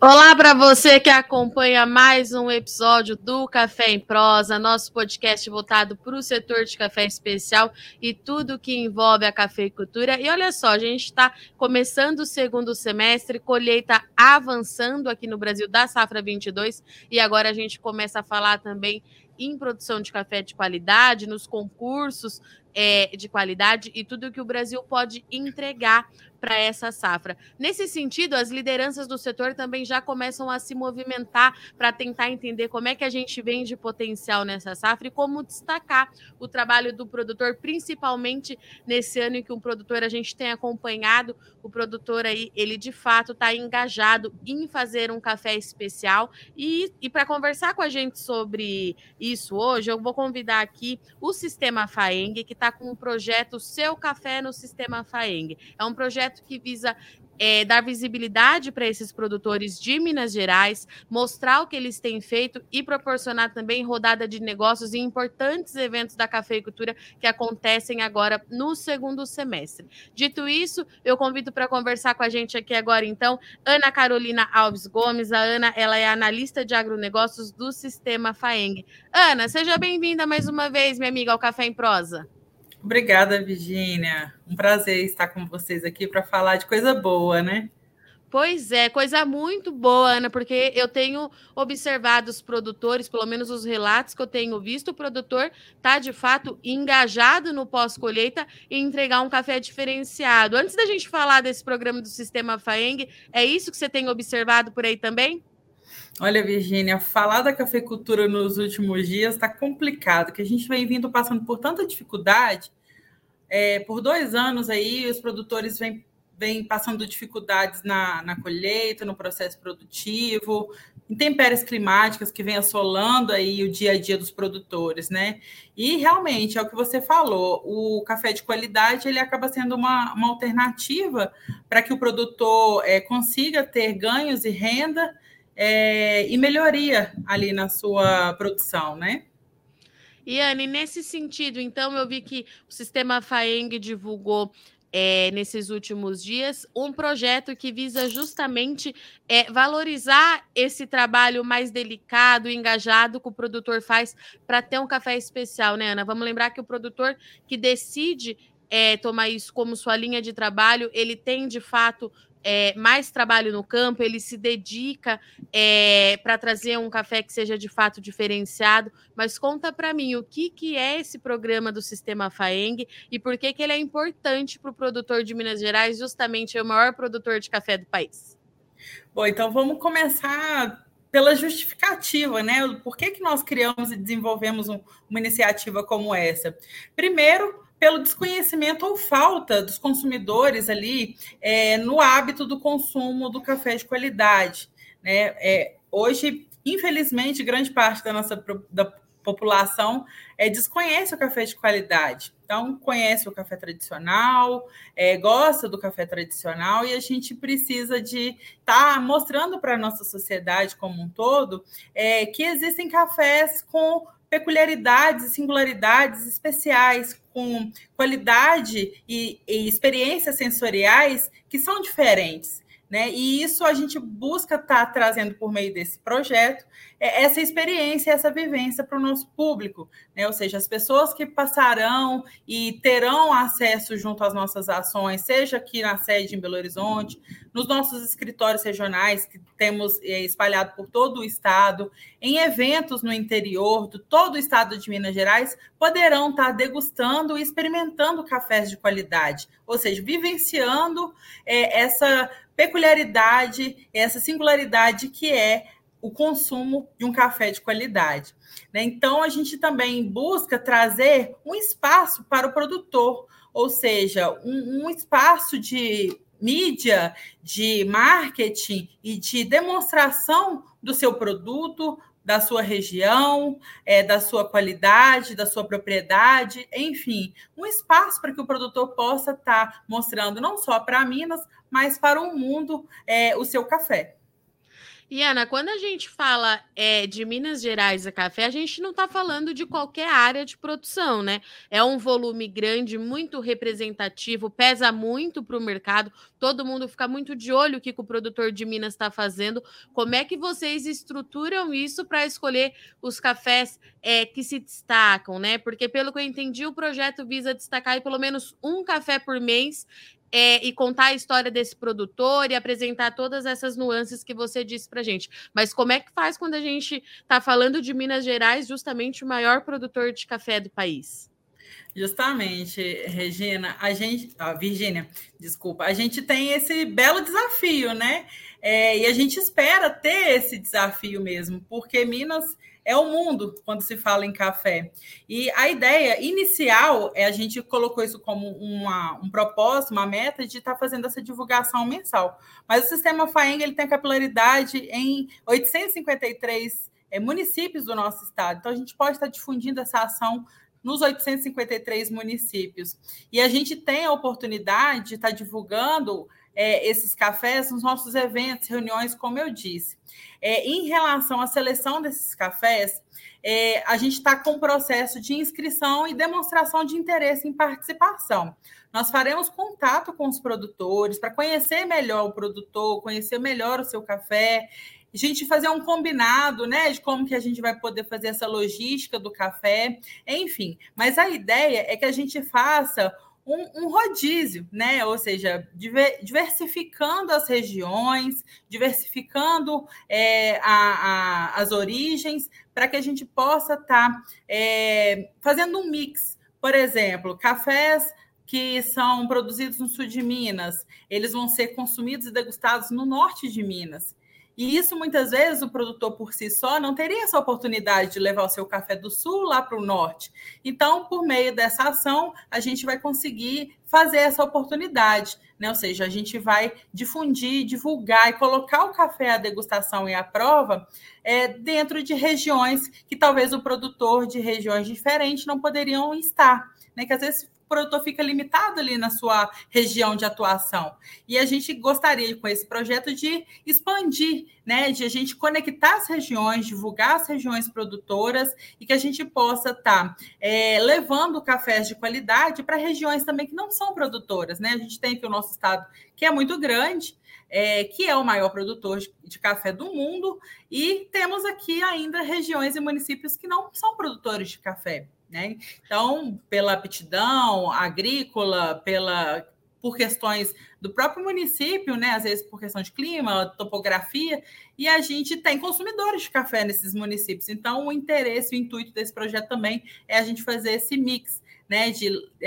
Olá para você que acompanha mais um episódio do Café em Prosa, nosso podcast voltado para o setor de café especial e tudo que envolve a cafeicultura. E olha só, a gente está começando o segundo semestre, colheita avançando aqui no Brasil da safra 22, e agora a gente começa a falar também em produção de café de qualidade, nos concursos de qualidade e tudo que o Brasil pode entregar para essa safra. Nesse sentido, as lideranças do setor também já começam a se movimentar para tentar entender como é que a gente vem de potencial nessa safra e como destacar o trabalho do produtor, principalmente nesse ano em que um produtor a gente tem acompanhado, o produtor aí, ele de fato está engajado em fazer um café especial. E para conversar com a gente sobre isso hoje, eu vou convidar aqui o Sistema Faeng, que está com o projeto Seu Café no Sistema Faeng. É um projeto que visa dar visibilidade para esses produtores de Minas Gerais, mostrar o que eles têm feito e proporcionar também rodada de negócios em importantes eventos da cafeicultura que acontecem agora no segundo semestre. Dito isso, eu convido para conversar com a gente aqui agora, então, Ana Carolina Alves Gomes. A Ana, ela é analista de agronegócios do Sistema Faeng. Ana, seja bem-vinda mais uma vez, minha amiga, ao Café em Prosa. Obrigada, Virgínia. Um prazer estar com vocês aqui para falar de coisa boa, né? Pois é, coisa muito boa, Ana, porque eu tenho observado os produtores, pelo menos os relatos que eu tenho visto, o produtor está de fato engajado no pós-colheita e entregar um café diferenciado. Antes da gente falar desse programa do Sistema Faeng, é isso que você tem observado por aí também? Olha, Virgínia, falar da cafeicultura nos últimos dias está complicado, que a gente vem vindo passando por tanta dificuldade. Por 2 anos aí, os produtores vêm passando dificuldades na colheita, no processo produtivo, intempéries climáticas que vêm assolando aí o dia a dia dos produtores, né? E realmente é o que você falou, o café de qualidade ele acaba sendo uma alternativa para que o produtor consiga ter ganhos e renda e melhoria ali na sua produção, né? E, Anne, nesse sentido, então, eu vi que o Sistema Faeng divulgou nesses últimos dias um projeto que visa justamente valorizar esse trabalho mais delicado e engajado que o produtor faz para ter um café especial, né, Ana? Vamos lembrar que o produtor que decide tomar isso como sua linha de trabalho, ele tem de fato mais trabalho no campo, ele se dedica para trazer um café que seja de fato diferenciado. Mas conta para mim o que é esse programa do Sistema Faeng e por que ele é importante para o produtor de Minas Gerais, justamente o maior produtor de café do país. Bom, então vamos começar pela justificativa, né? Por que nós criamos e desenvolvemos uma iniciativa como essa? Primeiro, pelo desconhecimento ou falta dos consumidores ali no hábito do consumo do café de qualidade, né? Hoje, infelizmente, grande parte da população desconhece o café de qualidade. Então, conhece o café tradicional, gosta do café tradicional, e a gente precisa de estar mostrando para a nossa sociedade como um todo que existem cafés com peculiaridades e singularidades especiais, com qualidade e experiências sensoriais que são diferentes. Né? E isso a gente busca estar trazendo por meio desse projeto essa experiência, essa vivência para o nosso público, né? Ou seja, as pessoas que passarão e terão acesso junto às nossas ações, seja aqui na sede em Belo Horizonte, nos nossos escritórios regionais que temos espalhado por todo o estado, em eventos no interior de todo o estado de Minas Gerais, poderão estar degustando e experimentando cafés de qualidade, ou seja, vivenciando essa peculiaridade, essa singularidade que é o consumo de um café de qualidade. Então, a gente também busca trazer um espaço para o produtor, ou seja, um espaço de mídia, de marketing e de demonstração do seu produto, da sua região, da sua qualidade, da sua propriedade, enfim, um espaço para que o produtor possa estar mostrando não só para Minas, mas para o mundo o seu café. E, Ana, quando a gente fala de Minas Gerais a café, a gente não está falando de qualquer área de produção, né? É um volume grande, muito representativo, pesa muito para o mercado, todo mundo fica muito de olho o que o produtor de Minas está fazendo. Como é que vocês estruturam isso para escolher os cafés que se destacam, né? Porque, pelo que eu entendi, o projeto visa destacar pelo menos um café por mês e contar a história desse produtor e apresentar todas essas nuances que você disse para gente. Mas como é que faz quando a gente está falando de Minas Gerais, justamente o maior produtor de café do país? Justamente, Regina, Virgínia, desculpa, a gente tem esse belo desafio, né? E a gente espera ter esse desafio mesmo, porque Minas é o mundo quando se fala em café. E a ideia inicial a gente colocou isso como um propósito, uma meta de estar fazendo essa divulgação mensal. Mas o sistema FAENG ele tem a capilaridade em 853 municípios do nosso estado. Então a gente pode estar difundindo essa ação nos 853 municípios. E a gente tem a oportunidade de estar divulgando esses cafés nos nossos eventos, reuniões, como eu disse. Em relação à seleção desses cafés, a gente está com um processo de inscrição e demonstração de interesse em participação. Nós faremos contato com os produtores para conhecer melhor o produtor, conhecer melhor o seu café, a gente fazer um combinado, né, de como que a gente vai poder fazer essa logística do café, enfim. Mas a ideia é que a gente faça um rodízio, né? Ou seja, diversificando as regiões, diversificando as origens, para que a gente possa estar fazendo um mix. Por exemplo, cafés que são produzidos no sul de Minas, eles vão ser consumidos e degustados no norte de Minas. E isso, muitas vezes, o produtor por si só não teria essa oportunidade de levar o seu café do sul lá para o norte. Então, por meio dessa ação, a gente vai conseguir fazer essa oportunidade, né? Ou seja, a gente vai difundir, divulgar e colocar o café à degustação e à prova dentro de regiões que talvez o produtor de regiões diferentes não poderiam estar, né? Que às vezes o produtor fica limitado ali na sua região de atuação. E a gente gostaria, com esse projeto, de expandir, né, de a gente conectar as regiões, divulgar as regiões produtoras e que a gente possa estar levando cafés de qualidade para regiões também que não são produtoras, né? A gente tem aqui o nosso estado, que é muito grande, que é o maior produtor de café do mundo, e temos aqui ainda regiões e municípios que não são produtores de café, né? Então, pela aptidão agrícola, por questões do próprio município, né? Às vezes por questão de clima, topografia, e a gente tem consumidores de café nesses municípios. Então, o interesse, o intuito desse projeto também é a gente fazer esse mix, né? De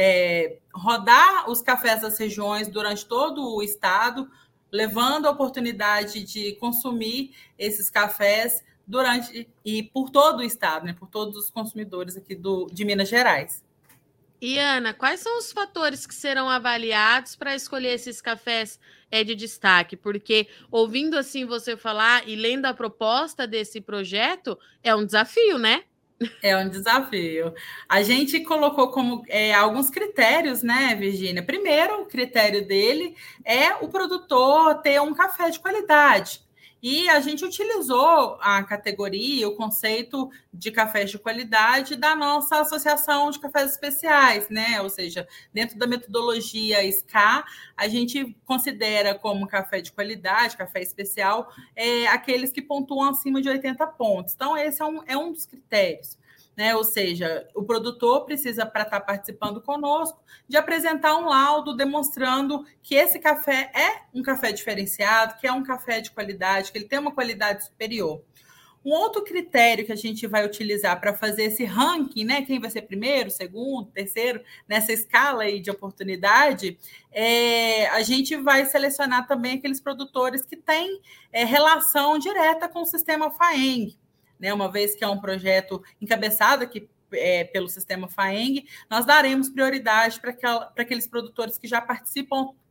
rodar os cafés das regiões durante todo o estado, levando a oportunidade de consumir esses cafés durante e por todo o estado, né? Por todos os consumidores aqui de Minas Gerais. E, Ana, quais são os fatores que serão avaliados para escolher esses cafés de destaque? Porque, ouvindo assim você falar e lendo a proposta desse projeto, é um desafio, né? É um desafio. A gente colocou como alguns critérios, né, Virgínia? Primeiro, o critério dele é o produtor ter um café de qualidade. E a gente utilizou a categoria, o conceito de cafés de qualidade da nossa Associação de Cafés Especiais, né? Ou seja, dentro da metodologia SCA, a gente considera como café de qualidade, café especial, aqueles que pontuam acima de 80 pontos. Então, esse é um dos critérios. Né? Ou seja, o produtor precisa, para estar participando conosco, de apresentar um laudo demonstrando que esse café é um café diferenciado, que é um café de qualidade, que ele tem uma qualidade superior. Um outro critério que a gente vai utilizar para fazer esse ranking, né? Quem vai ser primeiro, segundo, terceiro, nessa escala aí de oportunidade, a gente vai selecionar também aqueles produtores que têm relação direta com o sistema FAENG. Né, uma vez que é um projeto encabeçado aqui pelo sistema FAENG, nós daremos prioridade para aqueles produtores que já participam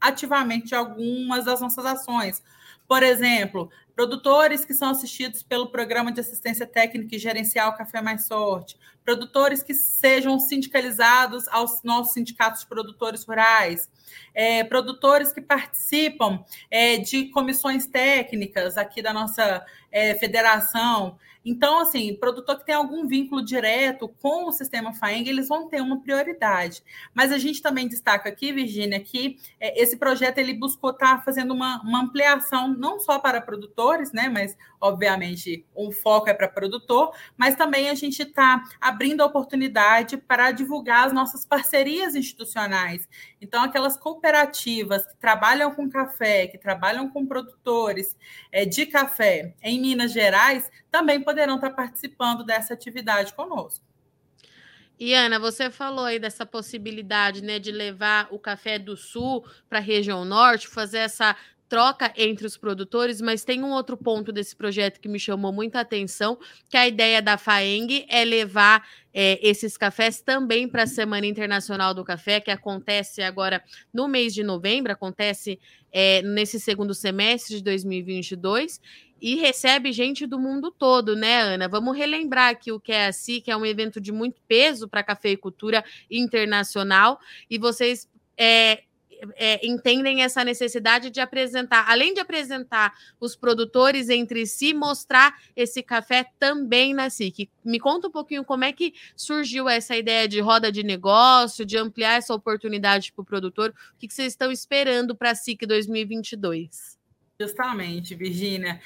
ativamente de algumas das nossas ações. Por exemplo, produtores que são assistidos pelo Programa de Assistência Técnica e Gerencial Café Mais Sorte, produtores que sejam sindicalizados aos nossos sindicatos de produtores rurais, produtores que participam de comissões técnicas aqui da nossa federação. Então, assim, produtor que tem algum vínculo direto com o sistema FAENG, eles vão ter uma prioridade. Mas a gente também destaca aqui, Virgínia, que esse projeto ele buscou estar fazendo uma ampliação não só para produtores, né, mas, obviamente, o foco é para produtor, mas também a gente está abrindo a oportunidade para divulgar as nossas parcerias institucionais. Então, aquelas cooperativas que trabalham com café, que trabalham com produtores de café em Minas Gerais, também poderão estar participando dessa atividade conosco. E, Ana, você falou aí dessa possibilidade, né, de levar o café do Sul para a região Norte, fazer essa troca entre os produtores, mas tem um outro ponto desse projeto que me chamou muita atenção, que a ideia da FAENG é levar esses cafés também para a Semana Internacional do Café, que acontece agora no mês de novembro, acontece nesse segundo semestre de 2022, e recebe gente do mundo todo, né, Ana? Vamos relembrar aqui o que é a SIC, que é um evento de muito peso para a cafeicultura internacional, e vocês entendem essa necessidade de apresentar, além de apresentar os produtores entre si, mostrar esse café também na SIC. Me conta um pouquinho como é que surgiu essa ideia de roda de negócio, de ampliar essa oportunidade para o produtor. O que vocês estão esperando para a SIC 2022? Justamente, Virgínia,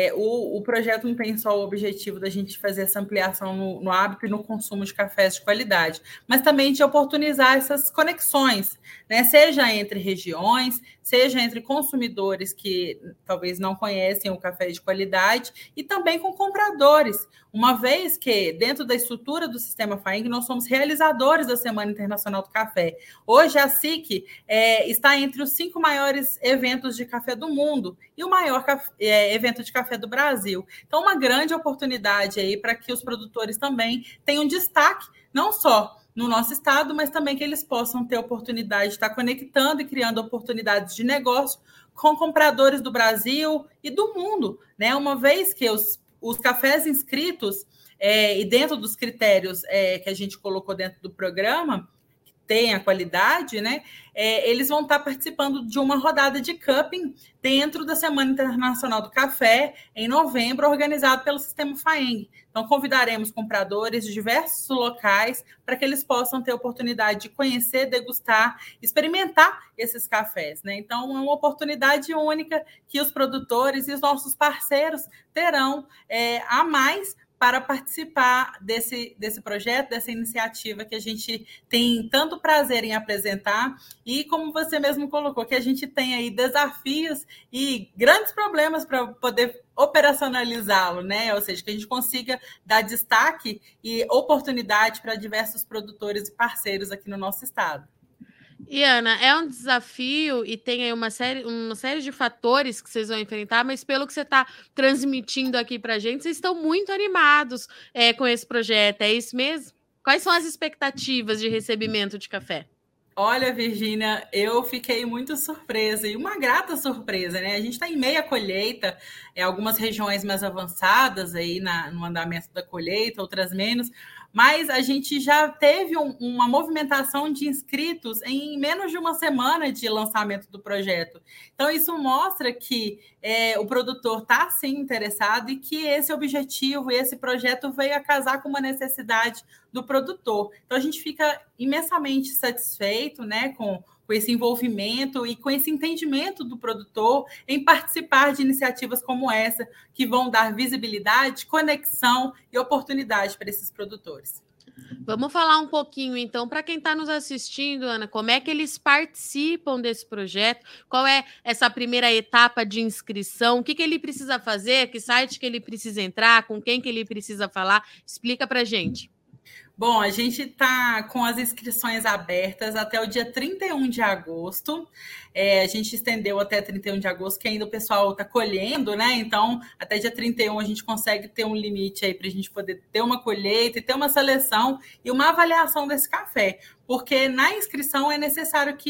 o projeto não tem só o objetivo da gente fazer essa ampliação no hábito e no consumo de cafés de qualidade, mas também de oportunizar essas conexões, né? Seja entre regiões, seja entre consumidores que talvez não conhecem o café de qualidade e também com compradores, uma vez que dentro da estrutura do sistema FAENG nós somos realizadores da Semana Internacional do Café. Hoje a SIC está entre os 5 maiores eventos de café do mundo e o maior evento de café do Brasil. Então, uma grande oportunidade aí para que os produtores também tenham destaque, não só no nosso estado, mas também que eles possam ter oportunidade de estar conectando e criando oportunidades de negócio com compradores do Brasil e do mundo, né? Uma vez que os cafés inscritos e dentro dos critérios que a gente colocou dentro do programa, tem a qualidade, né? Eles vão estar participando de uma rodada de cupping dentro da Semana Internacional do Café, em novembro, organizado pelo Sistema FAENG. Então, convidaremos compradores de diversos locais para que eles possam ter a oportunidade de conhecer, degustar, experimentar esses cafés, né? Então, é uma oportunidade única que os produtores e os nossos parceiros terão a mais para participar desse projeto, dessa iniciativa que a gente tem tanto prazer em apresentar e, como você mesmo colocou, que a gente tem aí desafios e grandes problemas para poder operacionalizá-lo, né? Ou seja, que a gente consiga dar destaque e oportunidade para diversos produtores e parceiros aqui no nosso estado. E, Ana, é um desafio e tem aí uma série de fatores que vocês vão enfrentar, mas pelo que você está transmitindo aqui para a gente, vocês estão muito animados com esse projeto, é isso mesmo? Quais são as expectativas de recebimento de café? Olha, Virgínia, eu fiquei muito surpresa, e uma grata surpresa, né? A gente está em meia colheita, algumas regiões mais avançadas aí no andamento da colheita, outras menos, mas a gente já teve uma movimentação de inscritos em menos de uma semana de lançamento do projeto. Então, isso mostra que o produtor está, sim, interessado e que esse objetivo, esse projeto veio a casar com uma necessidade do produtor. Então, a gente fica imensamente satisfeito, né, com esse envolvimento e com esse entendimento do produtor em participar de iniciativas como essa, que vão dar visibilidade, conexão e oportunidade para esses produtores. Vamos falar um pouquinho, então, para quem está nos assistindo, Ana, como é que eles participam desse projeto? Qual é essa primeira etapa de inscrição? O que ele precisa fazer? Que site que ele precisa entrar? Com quem que ele precisa falar? Explica para a gente. Bom, a gente está com as inscrições abertas até o dia 31 de agosto. A gente estendeu até 31 de agosto, que ainda o pessoal está colhendo, né? Então, até dia 31 a gente consegue ter um limite aí para a gente poder ter uma colheita e ter uma seleção e uma avaliação desse café. Porque na inscrição é necessário que o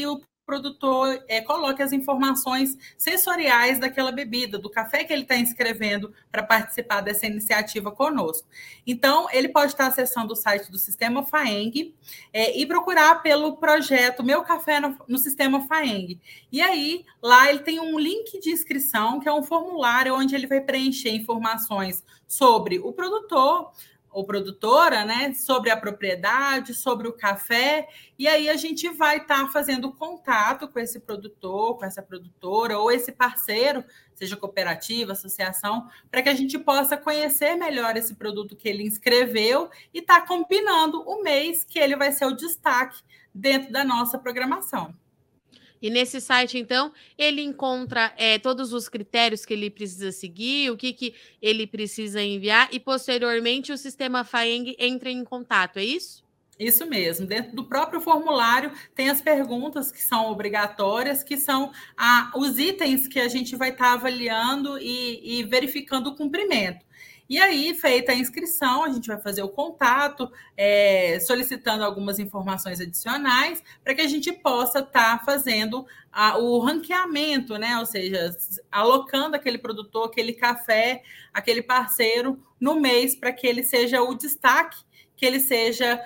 produtor coloque as informações sensoriais daquela bebida, do café que ele está inscrevendo para participar dessa iniciativa conosco. Então, ele pode estar acessando o site do Sistema FAENG e procurar pelo projeto Meu Café no Sistema FAENG. E aí, lá ele tem um link de inscrição, que é um formulário onde ele vai preencher informações sobre o produtor ou produtora, né, sobre a propriedade, sobre o café, e aí a gente vai estar fazendo contato com esse produtor, com essa produtora, ou esse parceiro, seja cooperativa, associação, para que a gente possa conhecer melhor esse produto que ele inscreveu e estar combinando o mês que ele vai ser o destaque dentro da nossa programação. E nesse site, então, ele encontra todos os critérios que ele precisa seguir, o que ele precisa enviar, e posteriormente o sistema FAENG entra em contato, é isso? Isso mesmo. Dentro do próprio formulário tem as perguntas que são obrigatórias, que são os itens que a gente vai estar avaliando e verificando o cumprimento. E aí, feita a inscrição, a gente vai fazer o contato, solicitando algumas informações adicionais, para que a gente possa estar fazendo o ranqueamento, né? Ou seja, alocando aquele produtor, aquele café, aquele parceiro no mês, para que ele seja o destaque, que ele seja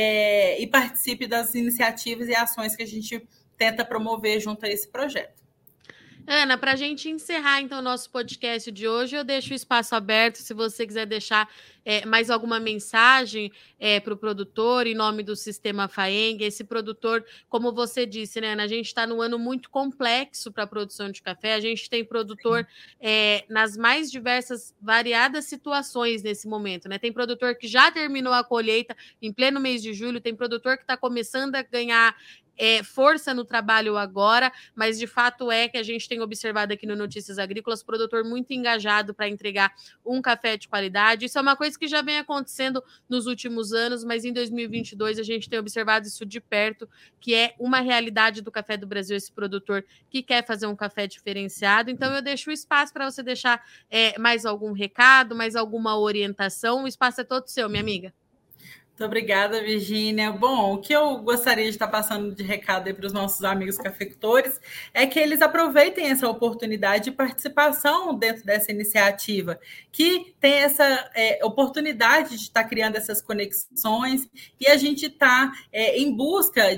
e participe das iniciativas e ações que a gente tenta promover junto a esse projeto. Ana, para a gente encerrar, então, o nosso podcast de hoje, eu deixo o espaço aberto, se você quiser deixar mais alguma mensagem para o produtor, em nome do Sistema FAENG. Esse produtor, como você disse, né, Ana, a gente está num ano muito complexo para a produção de café, a gente tem produtor nas mais diversas, variadas situações nesse momento, né? Tem produtor que já terminou a colheita em pleno mês de julho, tem produtor que está começando a ganhar força no trabalho agora, mas de fato que a gente tem observado aqui no Notícias Agrícolas, produtor muito engajado para entregar um café de qualidade. Isso é uma coisa que já vem acontecendo nos últimos anos, mas em 2022 a gente tem observado isso de perto, que é uma realidade do café do Brasil, esse produtor que quer fazer um café diferenciado. Então eu deixo o espaço para você deixar mais algum recado, mais alguma orientação. O espaço é todo seu, minha amiga. Muito obrigada, Virgínia. Bom, o que eu gostaria de estar passando de recado aí para os nossos amigos cafeicultores é que eles aproveitem essa oportunidade de participação dentro dessa iniciativa, que tem essa oportunidade de estar criando essas conexões e a gente está em busca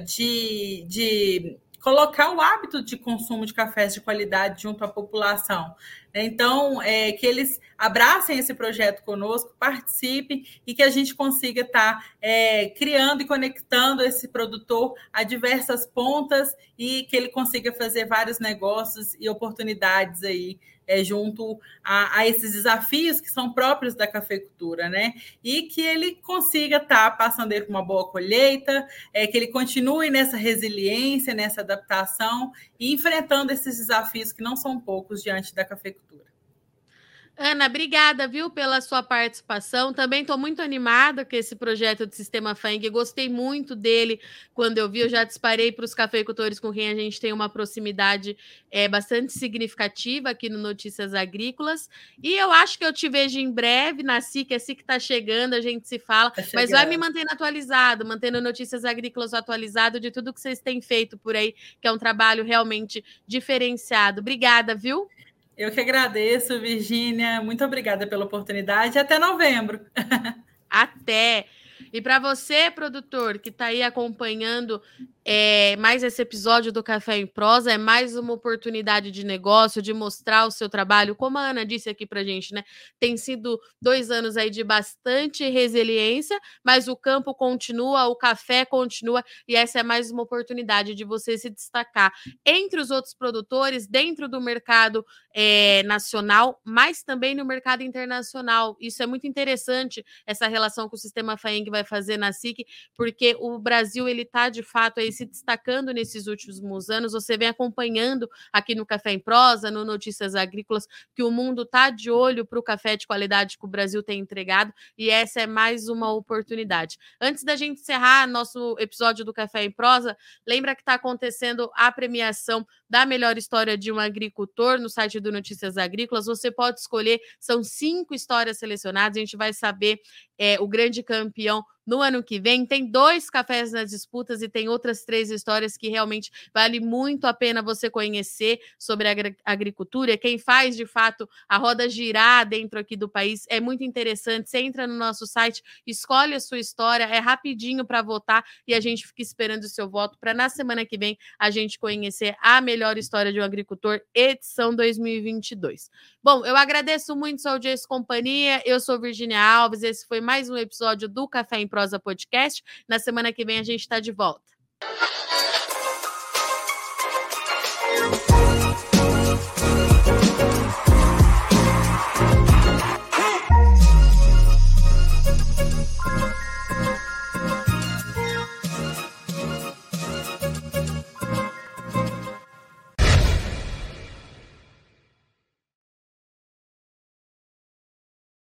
de colocar o hábito de consumo de cafés de qualidade junto à população. Então, que eles abracem esse projeto conosco, participem e que a gente consiga estar criando e conectando esse produtor a diversas pontas e que ele consiga fazer vários negócios e oportunidades aí junto a esses desafios que são próprios da cafeicultura, né? E que ele consiga estar passando aí por uma boa colheita, que ele continue nessa resiliência, nessa adaptação e enfrentando esses desafios que não são poucos diante da cafeicultura. Ana, obrigada, viu, pela sua participação. Também estou muito animada com esse projeto do Sistema FAENG. Gostei muito dele quando eu vi. Eu já disparei para os cafeicultores com quem a gente tem uma proximidade bastante significativa aqui no Notícias Agrícolas. E eu acho que eu te vejo em breve na SIC. A SIC está chegando, a gente se fala. Mas vai me mantendo atualizado, mantendo Notícias Agrícolas atualizado de tudo que vocês têm feito por aí, que é um trabalho realmente diferenciado. Obrigada, viu? Eu que agradeço, Virgínia. Muito obrigada pela oportunidade. Até novembro. Até! E para você, produtor, que está aí acompanhando mais esse episódio do Café em Prosa, é mais uma oportunidade de negócio, de mostrar o seu trabalho, como a Ana disse aqui para a gente, né? Tem sido 2 anos aí de bastante resiliência, mas o campo continua, o café continua, e essa é mais uma oportunidade de você se destacar entre os outros produtores, dentro do mercado nacional, mas também no mercado internacional. Isso é muito interessante, essa relação que o Sistema FAENG vai fazer na SIC, porque o Brasil, ele está, de fato, aí se destacando nesses últimos anos. Você vem acompanhando aqui no Café em Prosa, no Notícias Agrícolas, que o mundo está de olho para o café de qualidade que o Brasil tem entregado, e essa é mais uma oportunidade. Antes da gente encerrar nosso episódio do Café em Prosa, lembra que está acontecendo a premiação da melhor história de um agricultor no site do Notícias Agrícolas. Você pode escolher, são 5 histórias selecionadas, a gente vai saber o grande campeão no ano que vem. Tem 2 cafés nas disputas e tem outras 3 histórias que realmente vale muito a pena você conhecer sobre a agricultura. Quem faz, de fato, a roda girar dentro aqui do país é muito interessante. Você entra no nosso site, escolhe a sua história, é rapidinho para votar e a gente fica esperando o seu voto para na semana que vem a gente conhecer a melhor história de um agricultor, edição 2022. Bom, eu agradeço muito sua audiência e companhia. Eu sou Virgínia Alves. Esse foi mais um episódio do Café em Prosa Podcast. Na semana que vem a gente está de volta.